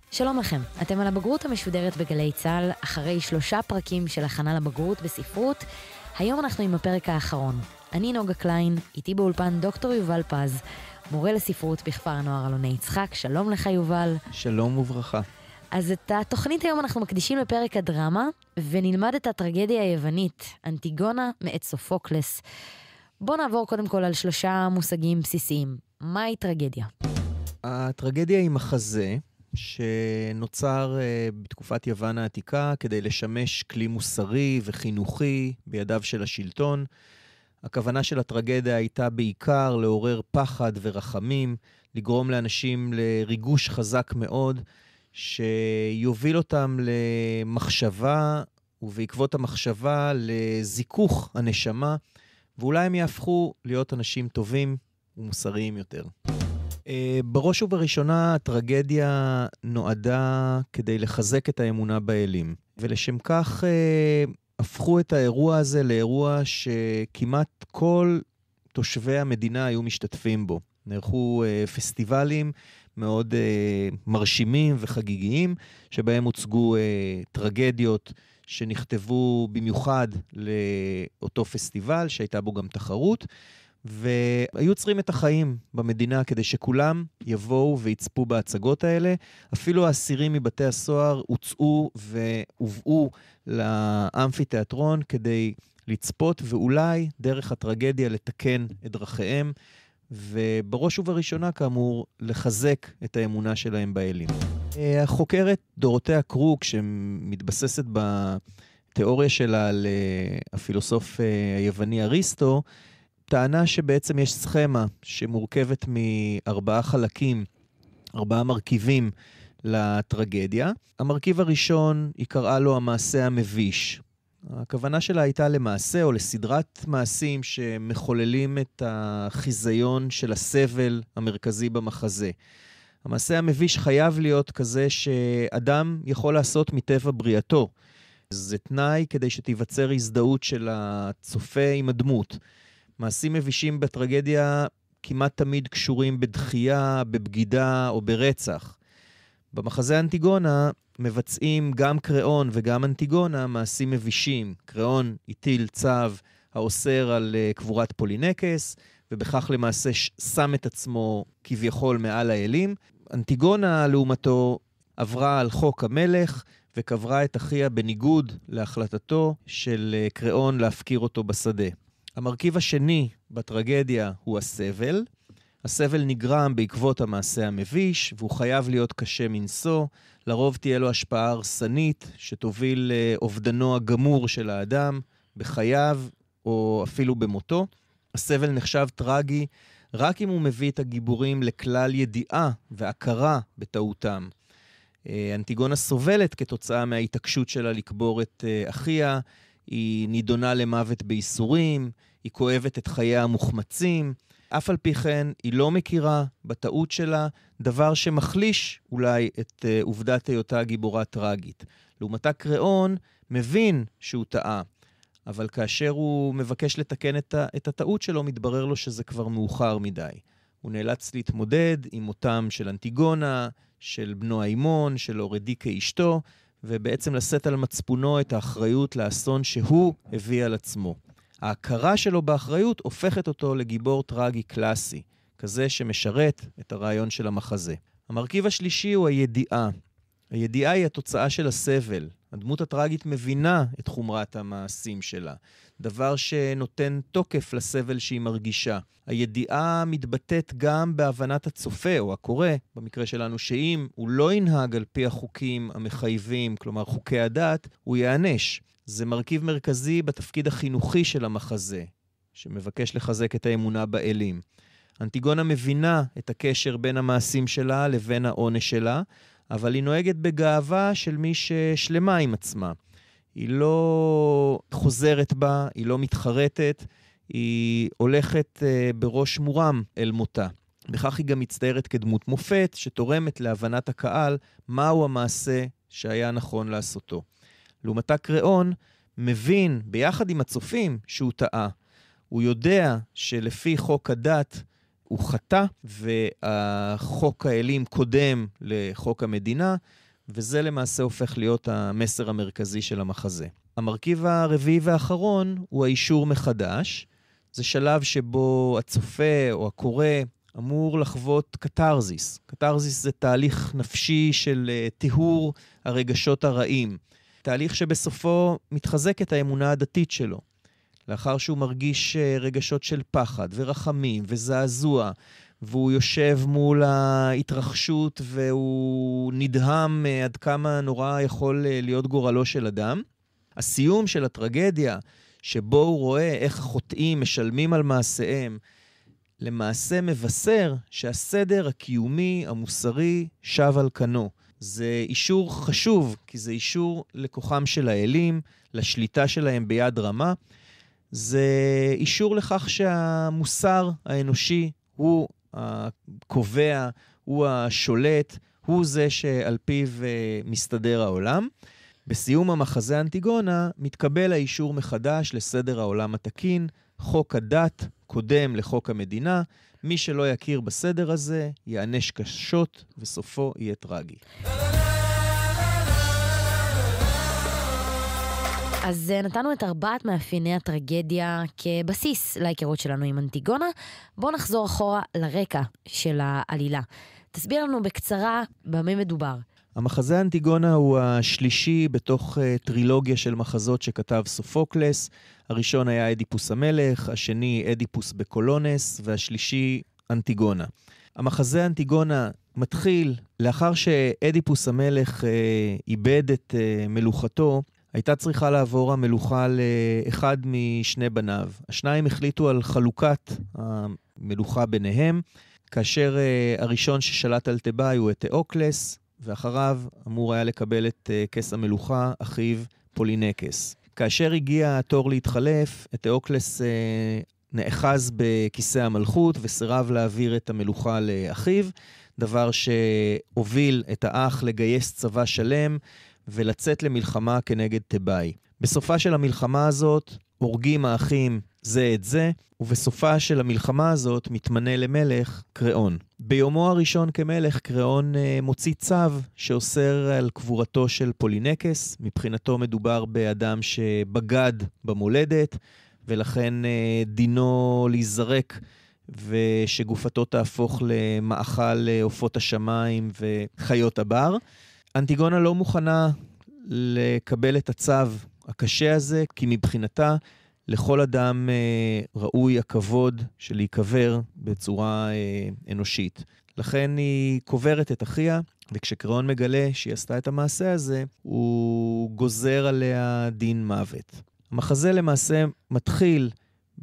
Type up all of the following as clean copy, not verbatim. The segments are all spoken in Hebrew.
שלום לכם, אתם על הבגרות המשודרת בגלי צה"ל, אחרי 3 פרקים של הכנה לבגרות בספרות. היום אנחנו עם הפרק האחרון. אני נוגה קליין, איתי באולפן דוקטור יובל פז, מורה לספרות בכפר הנוער אלוני יצחק. שלום לך יובל. שלום וברכה. אז את התוכנית היום אנחנו מקדישים לפרק הדרמה, ונלמד את הטרגדיה היוונית, אנטיגונה מאת סופוקלס. בואו נעבור קודם כל על 3 מושגים בסיסיים. מהי טרגדיה? הטרגדיה היא מחזה שנוצר בתקופת יוון העתיקה כדי לשמש כלי מוסרי וחינוכי בידיו של השלטון. הכוונה של הטרגדיה הייתה בעיקר לעורר פחד ורחמים, לגרום לאנשים לריגוש חזק מאוד, שיוביל אותם למחשבה, ובעקבות המחשבה לזיכוך הנשמה, ואולי הם יהפכו להיות אנשים טובים ומוסריים יותר. בראש ובראשונה הטרגדיה נועדה כדי לחזק את האמונה באלים, ולשם כך הפכו את האירוע הזה לאירוע שכמעט כל תושבי המדינה היו משתתפים בו. נערכו פסטיבלים מאוד מרשימים וחגיגיים, שבהם הוצגו טרגדיות שנכתבו במיוחד לאותו פסטיבל, שהייתה בו גם תחרות, והיו צריכים את החיים במדינה כדי שכולם יבואו ויצפו בהצגות האלה. אפילו האסירים מבתי הסוהר הוצאו והובאו לאמפיתיאטרון כדי לצפות, ואולי דרך הטרגדיה לתקן את דרכיהם, ובראש ובראשונה כאמור לחזק את האמונה שלהם באלים. החוקרת דורותיה קרוק, שמתבססת בתיאוריה שלה על הפילוסוף היווני אריסטו, טענה שבעצם יש סכמה שמורכבת מ4 חלקים, 4 מרכיבים לטרגדיה. המרכיב הראשון היא קראה לו המעשה המביש. הכוונה שלה הייתה למעשה או לסדרת מעשים שמחוללים את החיזיון של הסבל המרכזי במחזה. המעשה המביש חייב להיות כזה שאדם יכול לעשות מטבע בריאתו. זה תנאי כדי שתיווצר הזדהות של הצופה עם הדמות. מעשים מבישים בטרגדיה כמעט תמיד קשורים בדחייה, בבגידה או ברצח. במחזה אנטיגונה מבצעים גם קראון וגם אנטיגונה מעשים מבישים. קראון הטיל צו האוסר על קבורת פולינקס, ובכך למעשה שם את עצמו כביכול מעל האלים. אנטיגונה לעומתו עברה על חוק המלך וקברה את אחיה בניגוד להחלטתו של קראון להפקיר אותו בשדה. המרכיב השני בטרגדיה הוא הסבל. הסבל נגרם בעקבות המעשה המביש, והוא חייב להיות קשה מנשוא. לרוב תהיה לו השפעה הרסנית שתוביל לאובדנו הגמור של האדם בחייו או אפילו במותו. הסבל נחשב טרגי רק אם הוא מביא את הגיבורים לכלל ידיעה והכרה בטעותם. אנטיגונה סובלת כתוצאה מההתעקשות שלה לקבור את אחיה, היא נידונה למוות בייסורים, היא כואבת את חייה המוחמצים, אף על פי כן היא לא מכירה בטעות שלה, דבר שמחליש אולי את עובדת היותה גיבורה טרגית. לעומתה קראון מבין שהוא טעה, אבל כאשר הוא מבקש לתקן את הטעות שלו, מתברר לו שזה כבר מאוחר מדי. הוא נאלץ להתמודד עם מותם של אנטיגונה, של בנו האימון, של אורדיקה אשתו, ובעצם לשאת על מצפונו את האחריות לאסון שהוא הביא על עצמו. ההכרה שלו באחריות הופכת אותו לגיבור טרגי קלאסי, כזה שמשרת את הרעיון של המחזה. המרכיב השלישי הוא הידיעה. הידיעה היא התוצאה של הסבל. הדמות הטרגית מבינה את חומרת המעשים שלה, דבר שנותן תוקף לסבל שהיא מרגישה. הידיעה מתבטאת גם בהבנת הצופה או הקורא, במקרה שלנו, שאם הוא לא ינהג על פי החוקים המחייבים, כלומר חוקי הדת, הוא יענש. זה מרכיב מרכזי בתפקיד החינוכי של המחזה, שמבקש לחזק את האמונה באלים. אנטיגונה מבינה את הקשר בין המעשים שלה לבין העונש שלה, אבל היא נוהגת בגאווה של מי ששלמה עם עצמה. היא לא חוזרת בה, היא לא מתחרטת, היא הולכת בראש מורם אל מותה. בכך היא גם מצטיירת כדמות מופת שתורמת להבנת הקהל מהו המעשה שהיה נכון לעשותו. לעומתה קראון מבין ביחד עם הצופים שהוא טעה. הוא יודע שלפי חוק הדת הוא חטא, והחוק האלים קודם לחוק המדינה, וזה למעשה הופך להיות המסר המרכזי של המחזה. המרכיב הרביעי והאחרון הוא האישור מחדש. זה שלב שבו הצופה או הקורא אמור לחוות קטרזיס. קטרזיס זה תהליך נפשי של טיהור הרגשות הרעים. תהליך שבסופו מתחזקת האמונה הדתית שלו. לאחר שהוא מרגיש רגשות של פחד ורחמים וזעזוע, והוא יושב מול ההתרחשות והוא נדהם עד כמה נורא יכול להיות גורלו של אדם. הסיום של הטרגדיה, שבו הוא רואה איך החוטאים משלמים על מעשיהם, למעשה מבשר שהסדר הקיומי המוסרי שב על כנו. זה אישור חשוב, כי זה אישור לכוחם של האלים, לשליטה שלהם ביד רמה. זה אישור לכך שהמוסר האנושי הוא הקובע, הוא השולט, הוא זה שעל פיו מסתדר העולם. בסיום המחזה אנטיגונה מתקבל האישור מחדש לסדר העולם התקין, חוק הדת קודם לחוק המדינה, מי שלא יכיר בסדר הזה יענש קשות וסופו יהיה טרגי. אז נתנו את 4 מאפייני הטרגדיה כבסיס להיכרות שלנו עם אנטיגונה. בואו נחזור אחורה לרקע של העלילה. תסביר לנו בקצרה במה מדובר. המחזה אנטיגונה הוא השלישי בתוך טרילוגיה של מחזות שכתב סופוקלס. הראשון היה אדיפוס המלך, השני אדיפוס בקולונס, והשלישי אנטיגונה. המחזה אנטיגונה מתחיל לאחר שאדיפוס המלך איבד את מלוכתו, הייתה צריכה לעבור המלוכה לאחד משני בניו. השניים החליטו על חלוקת המלוכה ביניהם, כאשר הראשון ששלט על תיבאי הוא תאוקלס, ואחריו אמור היה לקבל את כס המלוכה אחיו פולינקס. כאשר הגיע התור להתחלף, תאוקלס נאחז בכיסא המלכות וסירב להעביר את המלוכה לאחיו, דבר שהוביל את האח לגייס צבא שלם ולצאת למלחמה כנגד תיבאי. בסופה של המלחמה הזאת הורגים האחים זה את זה, ובסופה של המלחמה הזאת מתמנה למלך קראון. ביומו הראשון כמלך, קראון מוציא צו שאוסר על קבורתו של פולינקס. מבחינתו מדובר באדם שבגד במולדת, ולכן דינו להיזרק, ושגופתו תהפוך למאכל עופות השמיים וחיות הבר. אנטיגונה לא מוכנה לקבל את הצו הקשה הזה, כי מבחינתה לכל אדם ראוי הכבוד של להיקבר בצורה אנושית. לכן היא קוברת את אחיה, וכשקראון מגלה שהיא עשתה את המעשה הזה, הוא גוזר עליה דין מוות. המחזה למעשה מתחיל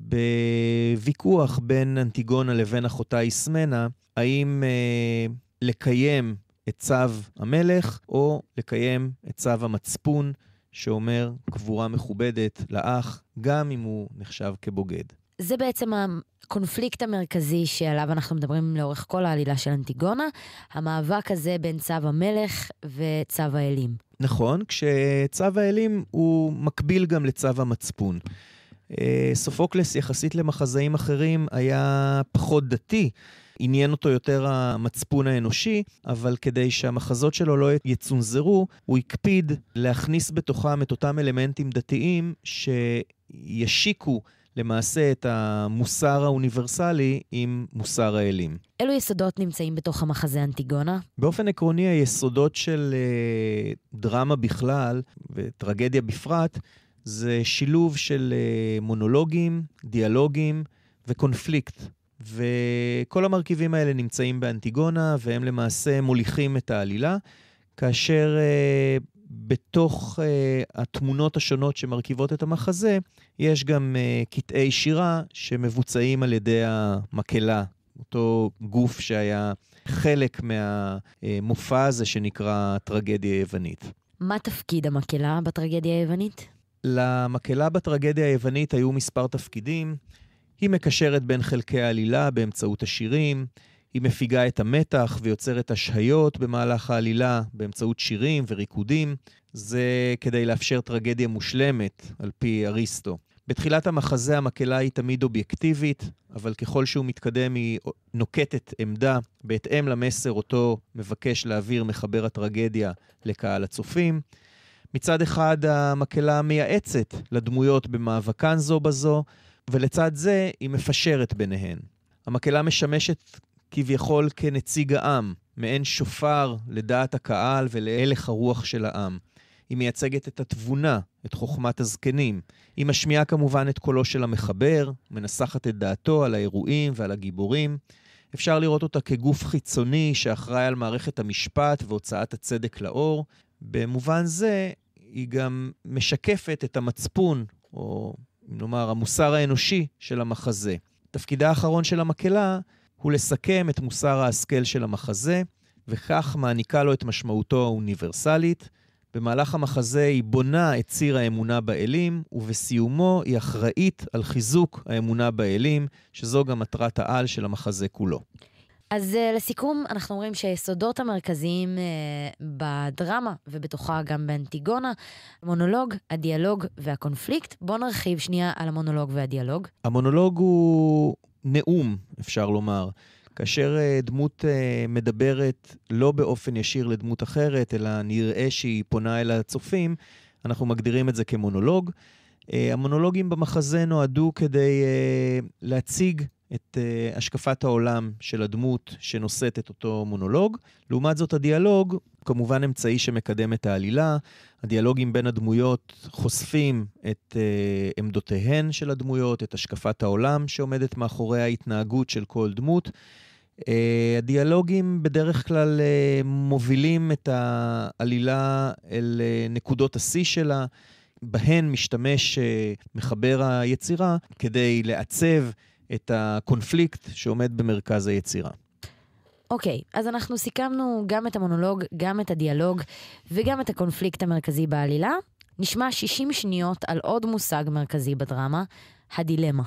בוויכוח בין אנטיגונה לבין אחותה איסמנה, האם לקיים את צו המלך או לקיים את צו המצפון, שאומר קבורה מכובדת לאח, גם אם הוא נחשב כבוגד. זה בעצם הקונפליקט המרכזי שעליו אנחנו מדברים לאורך כל העלילה של אנטיגונה, המאבק הזה בין צו המלך וצו האלים. נכון, כשצו האלים הוא מקביל גם לצו המצפון. סופוקלס יחסית למחזאים אחרים היה פחות דתי, עניין אותו יותר המצפון האנושי, אבל כדי שהמחזות שלו לא יצונזרו, הוא הקפיד להכניס בתוכם את אותם אלמנטים דתיים שישיקו למעשה את המוסר האוניברסלי עם מוסר האלים. אילו יסודות נמצאים בתוך המחזה אנטיגונה? באופן עקרוני, היסודות של דרמה בכלל וטרגדיה בפרט, זה שילוב של מונולוגים, דיאלוגים וקונפליקט. וכל המרכיבים האלה נמצאים באנטיגונה, והם למעשה מוליכים את העלילה, כאשר בתוך התמונות השונות שמרכיבות את המחזה, יש גם קטעי שירה שמבוצעים על ידי המקהלה, אותו גוף שהיה חלק מהמופע הזה שנקרא טרגדיה היוונית. מה תפקיד המקהלה בטרגדיה היוונית? למקהלה בטרגדיה היוונית היו מספר תפקידים. היא מקשרת בין חלקי העלילה באמצעות השירים, היא מפיגה את המתח ויוצרת השהיות במהלך העלילה באמצעות שירים וריקודים. זה כדי לאפשר טרגדיה מושלמת על פי אריסטו. בתחילת המחזה המקהלה היא תמיד אובייקטיבית, אבל ככל שהוא מתקדם היא נוקטת עמדה בהתאם למסר אותו מבקש להעביר מחבר הטרגדיה לקהל הצופים. מצד אחד המקהלה מייעצת לדמויות במאבקן זו בזו, ולצד זה היא מפשרת ביניהן. המקהלה משמשת כביכול כנציג העם, מעין שופר לדעת הקהל ולהלך הרוח של העם. היא מייצגת את התבונה, את חוכמת הזקנים. היא משמיעה כמובן את קולו של המחבר, מנסחת את דעתו על האירועים ועל הגיבורים. אפשר לראות אותה כגוף חיצוני שאחראי על מערכת המשפט והוצאת הצדק לאור. במובן זה היא גם משקפת את המצפון, או נאמר המוסר האנושי של המחזה. תפקידה האחרון של המקהלה הוא לסכם את מוסר ההשכל של המחזה, וכך מעניקה לו את משמעותו האוניברסלית. במהלך המחזה היא בונה את ציר האמונה באלים, ובסיומו היא אחראית על חיזוק האמונה באלים, שזו גם מטרת העל של המחזה כולו. אז לסיכום, אנחנו אומרים שהיסודות המרכזיים בדרמה, ובתוכה גם באנטיגונה, המונולוג, הדיאלוג והקונפליקט. בואו נרחיב שנייה על המונולוג והדיאלוג. המונולוג הוא נאום, אפשר לומר. כאשר דמות מדברת לא באופן ישיר לדמות אחרת, אלא נראה שהיא פונה אל הצופים, אנחנו מגדירים את זה כמונולוג. המונולוגים במחזה נועדו כדי להציג את השקפת העולם של הדמות שנושאת את אותו מונולוג. לעומת זאת הדיאלוג, כמובן אמצעי שמקדם את העלילה. הדיאלוגים בין הדמויות חושפים את עמדותיהן של הדמויות, את השקפת העולם שעומדת מאחורי ההתנהגות של כל דמות. הדיאלוגים בדרך כלל מובילים את העלילה אל נקודות השיא שלה, בהן משתמש מחבר היצירה כדי לעצב את הקונפליקט שעומד במרכז היצירה. אוקיי, אז אנחנו סיכמנו גם את המונולוג, גם את הדיאלוג וגם את הקונפליקט המרכזי בעלילה. נשמע 60 שניות על עוד מושג מרכזי בדרמה, הדילמה.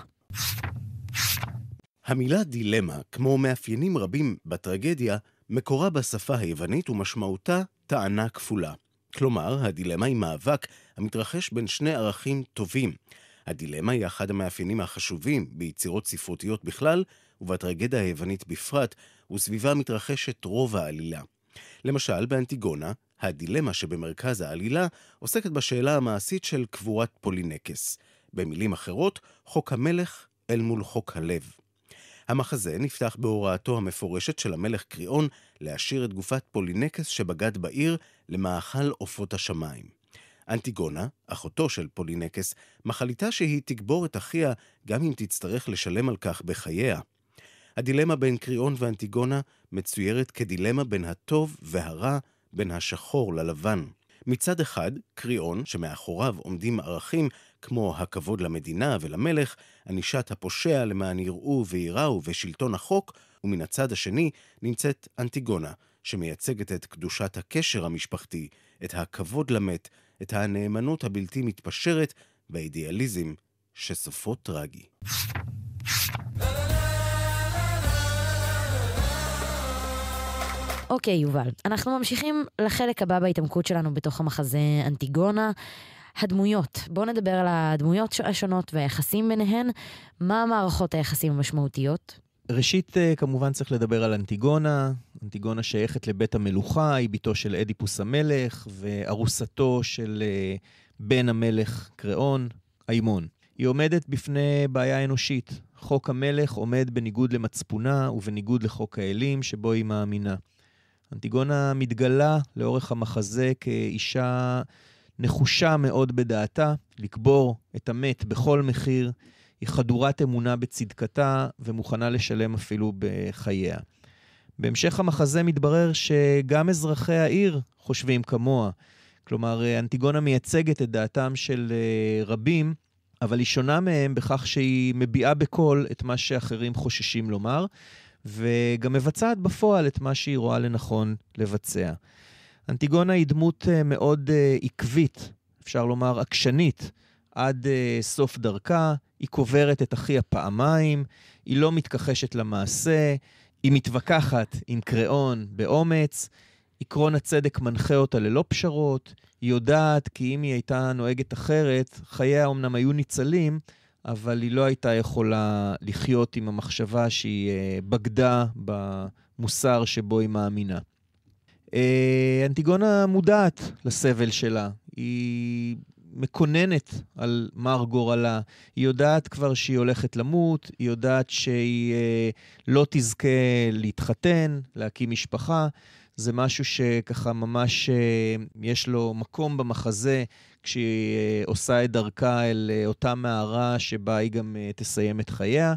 המילה דילמה, כמו מאפיינים רבים בטרגדיה, מקורה בשפה היוונית ומשמעותה טענה כפולה. כלומר, הדילמה היא מאבק המתרחש בין שני ערכים טובים. הדילמה היא אחד המאפיינים החשובים ביצירות ספרותיות בכלל, ובטרגדיה היוונית בפרט, וסביבה מתרחשת רוב העלילה. למשל, באנטיגונה, הדילמה שבמרכז העלילה עוסקת בשאלה המעשית של קבורת פולינקס. במילים אחרות, חוק המלך אל מול חוק הלב. המחזה נפתח בהוראתו המפורשת של המלך קריאון להשאיר את גופת פולינקס שבגד בעיר למאכל עופות השמיים. אנטיגונה, אחותו של פולינקס, מחליטה שהיא תגבור את אחיה גם אם תצטרך לשלם על כך בחייה. הדילמה בין קריאון ואנטיגונה מצוירת כדילמה בין הטוב והרע, בין השחור ללבן. מצד אחד, קריאון, שמאחוריו עומדים ערכים כמו הכבוד למדינה ולמלך, ענישת הפושע למען יראו ויראו ושלטון החוק, ומן הצד השני נמצאת אנטיגונה, שמייצגת את קדושת הקשר המשפחתי, את הכבוד למת, את הנאמנות הבלתי מתפשרת באידיאליזם שסופו טרגי. אוקיי, יובל, אנחנו ממשיכים לחלק הבא בהתעמקות שלנו בתוך המחזה אנטיגונה. הדמויות. בואו נדבר על הדמויות השונות והיחסים ביניהן. מה מערכות היחסים המשמעותיות? ראשית, כמובן צריך לדבר על אנטיגונה. אנטיגונה שייכת לבית המלוכה, היא ביתו של אדיפוס המלך, וארוסתו של בן המלך קריאון, איימון. היא עומדת בפני בעיה אנושית. חוק המלך עומד בניגוד למצפונה ובניגוד לחוק האלים שבו היא מאמינה. אנטיגונה מתגלה לאורך המחזה כאישה נחושה מאוד בדעתה, לקבור את המת בכל מחיר. היא חדורת אמונה בצדקתה ומוכנה לשלם אפילו בחייה. בהמשך המחזה מתברר שגם אזרחי העיר חושבים כמוה. כלומר, אנטיגונה מייצגת את דעתם של רבים, אבל היא שונה מהם בכך שהיא מביעה בקול את מה שאחרים חוששים לומר, וגם מבצעת בפועל את מה שהיא רואה לנכון לבצע. אנטיגונה היא דמות מאוד עקבית, אפשר לומר עקשנית, עד סוף דרכה. היא קוברת את אחיה פעמיים, היא לא מתכחשת למעשה, היא מתווכחת עם קריאון באומץ, עקרון הצדק מנחה אותה ללא פשרות, היא יודעת כי אם היא הייתה נוהגת אחרת, חייה אומנם היו ניצלים, אבל היא לא הייתה יכולה לחיות עם המחשבה שהיא בגדה במוסר שבו היא מאמינה. אנטיגונה מודעת לסבל שלה, היא מקוננת על מר גורלה, היא יודעת כבר שהיא הולכת למות, היא יודעת שהיא לא תזכה להתחתן, להקים משפחה, זה משהו שככה ממש יש לו מקום במחזה, כשהיא עושה את דרכה אל אותה מערה שבה היא גם תסיים את חייה.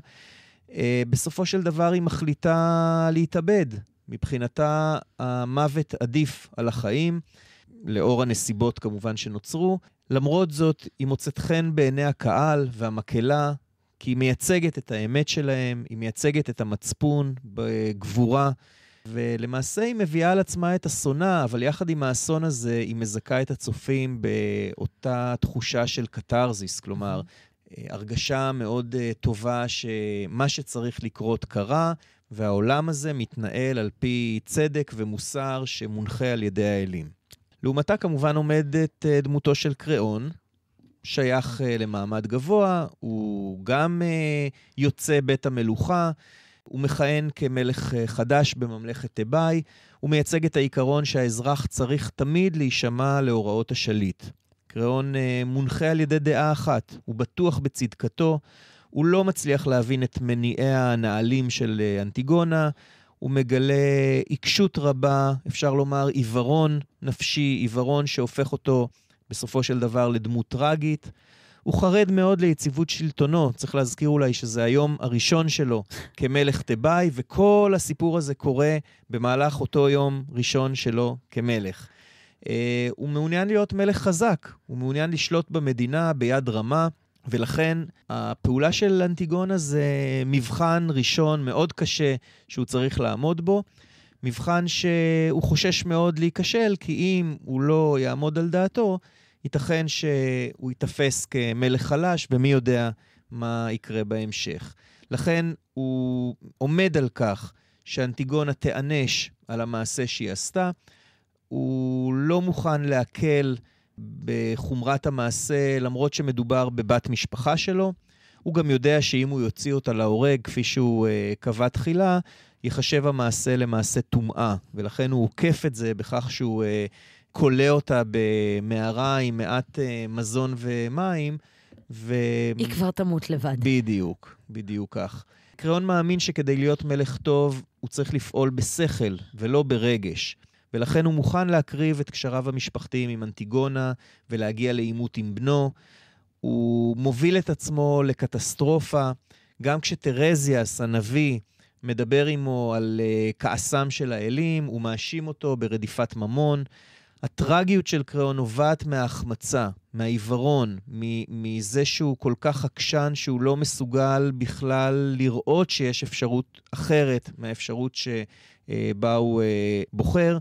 בסופו של דבר היא מחליטה להתאבד. מבחינתה המוות עדיף על החיים, לאור הנסיבות כמובן שנוצרו. למרות זאת, היא מוצאת חן בעיני הקהל והמקהלה, כי היא מייצגת את האמת שלהם, היא מייצגת את המצפון בגבורה, ולמעשה היא מביאה על עצמה את אסונה, אבל יחד עם האסון הזה היא מזכה את הצופים באותה תחושה של קטרזיס, כלומר, הרגשה מאוד טובה שמה שצריך לקרות קרה, והעולם הזה מתנהל על פי צדק ומוסר שמונחה על ידי האלים. לעומתה כמובן עומדת דמותו של קריאון, שייך למעמד גבוה, הוא גם יוצא בית המלוכה, הוא מכהן כמלך חדש בממלכת תיבאי, הוא מייצג את העיקרון שהאזרח צריך תמיד להישמע להוראות השליט. קריאון מונחה על ידי דעה אחת, הוא בטוח בצדקתו, הוא לא מצליח להבין את מניעי הנעלים של אנטיגונה, הוא מגלה עיקשות רבה, אפשר לומר עיוורון נפשי, עיוורון שהופך אותו בסופו של דבר לדמות טרגית. הוא חרד מאוד ליציבות שלטונו, צריך להזכיר אולי שזה היום הראשון שלו כמלך תיבאי, וכל הסיפור הזה קורה במהלך אותו יום ראשון שלו כמלך. הוא מעוניין להיות מלך חזק, הוא מעוניין לשלוט במדינה ביד רמה, ולכן הפעולה של אנטיגונה זה מבחן ראשון מאוד קשה שהוא צריך לעמוד בו, מבחן שהוא חושש מאוד להיכשל, כי אם הוא לא יעמוד על דעתו, ייתכן שהוא יתפס כמלך חלש, ומי יודע מה יקרה בהמשך. לכן הוא עומד על כך שאנטיגונה תענש על המעשה שהיא עשתה, הוא לא מוכן להקל בחומרת המעשה, למרות שמדובר בבת משפחה שלו. הוא גם יודע שאם הוא יוציא אותה להורג, כפי שהוא קבע תחילה, יחשב המעשה למעשה טומאה, ולכן הוא עוקף את זה בכך שהוא קולה אותה במערה עם מעט מזון ומים, היא כבר תמות לבד. בדיוק, בדיוק כך. קריאון מאמין שכדי להיות מלך טוב, הוא צריך לפעול בשכל ולא ברגש. ולכן הוא מוכן להקריב את קשריו המשפחתיים עם אנטיגונה ולהגיע לעימות עם בנו. הוא מוביל את עצמו לקטסטרופה, גם כשטרזיאס, הנביא, מדבר עמו על כעסם של האלים, הוא מאשים אותו ברדיפת ממון. הטרגיות של קריאון נובעת מההחמצה, מהעיוורון, מזה שהוא כל כך עקשן שהוא לא מסוגל בכלל לראות שיש אפשרות אחרת מהאפשרות שבה הוא בוחר,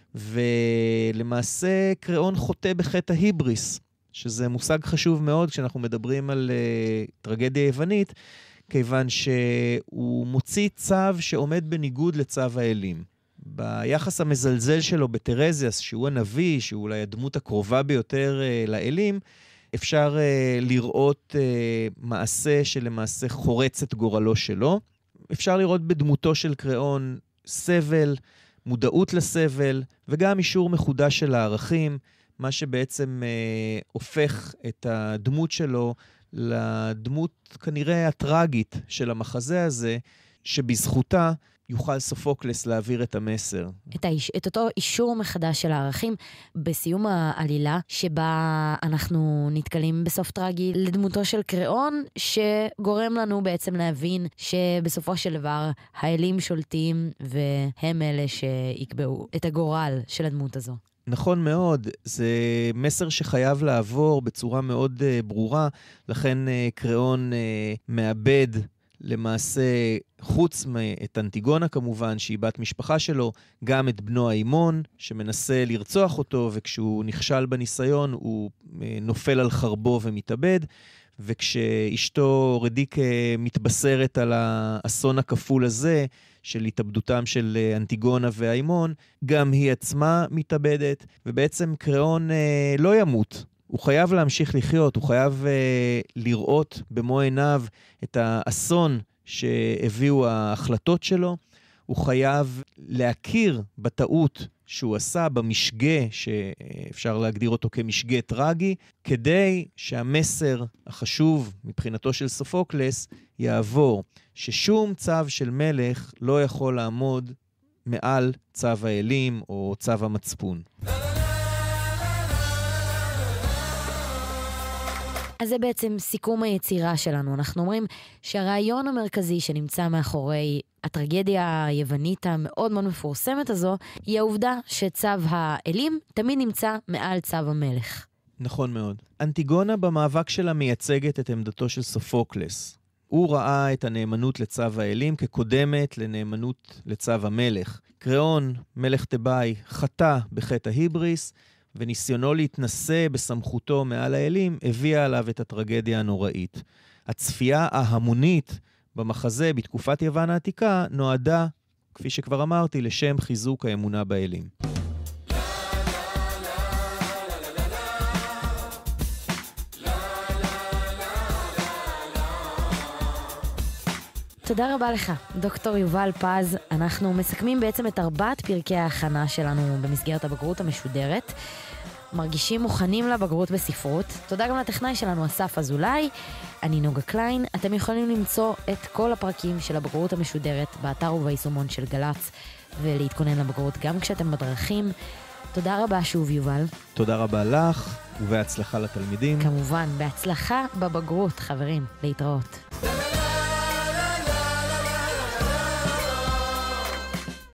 ולמעשה קריאון חוטא בחטא ההיבריס, שזה מושג חשוב מאוד כשאנחנו מדברים על טרגדיה יוונית, כיוון שהוא מוציא צו שעומד בניגוד לצו האלים. ביחס המזלזל שלו בטרזיאס, שהוא הנביא, שהוא אולי הדמות הקרובה ביותר לאלים, אפשר לראות מעשה שלמעשה חורץ את גורלו שלו. אפשר לראות בדמותו של קריאון סבל, מודעות לסבל, וגם אישור מחודש של הערכים, מה שבעצם הופך את הדמות שלו לדמות כנראה הטרגית של המחזה הזה, שבזכותה יוכל סופוקלס להעביר את המסר. את אותו אישור מחדש של הערכים בסיום העלילה, שבה אנחנו נתקלים בסוף טרגי לדמותו של קריאון, שגורם לנו בעצם להבין שבסופו של דבר האלים שולטים, והם אלה שיקבעו את הגורל של הדמות הזו. נכון מאוד, זה מסר שחייב לעבור בצורה מאוד ברורה, לכן קריאון מאבד למעשה, חוץ את אנטיגונה כמובן, שהיא בת משפחה שלו, גם את בנו האימון, שמנסה לרצוח אותו, וכשהוא נכשל בניסיון, הוא נופל על חרבו ומתאבד, וכשאשתו רדיקה מתבשרת על האסון הכפול הזה, של התאבדותם של אנטיגונה והאימון, גם היא עצמה מתאבדת, ובעצם קריאון לא ימות. הוא חייב להמשיך לחיות, הוא חייב לראות במו עיניו את האסון שהביאו ההחלטות שלו, הוא חייב להכיר בטעות שהוא עשה, במשגה שאפשר להגדיר אותו כמשגה טרגי, כדי שהמסר החשוב מבחינתו של סופוקלס יעבור, ששום צו של מלך לא יכול לעמוד מעל צו האלים או צו המצפון. אז זה בעצם סיכום היצירה שלנו. אנחנו אומרים שהרעיון המרכזי שנמצא מאחורי הטרגדיה היוונית המאוד מאוד מפורסמת הזו, היא העובדה שצו האלים תמיד נמצא מעל צו המלך. נכון מאוד. אנטיגונה במאבק שלה מייצגת את עמדתו של סופוקלס. הוא ראה את הנאמנות לצו האלים כקודמת לנאמנות לצו המלך. קריאון, מלך תיבאי, חטא בחטא ההיבריס, וניסיונו להתנסה בסמכותו מעל האלים הביאה עליו את הטרגדיה הנוראית. הצפייה ההמונית במחזה בתקופת יוון העתיקה נועדה, כפי שכבר אמרתי, לשם חיזוק האמונה באלים. תודה רבה לך, דוקטור יובל פז. אנחנו מסכמים בעצם את 4 פרקי ההכנה שלנו במסגרת הבגרות המשודרת. מרגישים מוכנים לבגרות בספרות. תודה גם לטכנאי שלנו, אסף אזולאי. אני נוגה קליין. אתם יכולים למצוא את כל הפרקים של הבגרות המשודרת באתר וביישומון של גל"צ, ולהתכונן לבגרות גם כשאתם בדרכים. תודה רבה שוב, יובל. תודה רבה לך, ובהצלחה לתלמידים. כמובן, בהצלחה בבגרות, חברים. להתראות.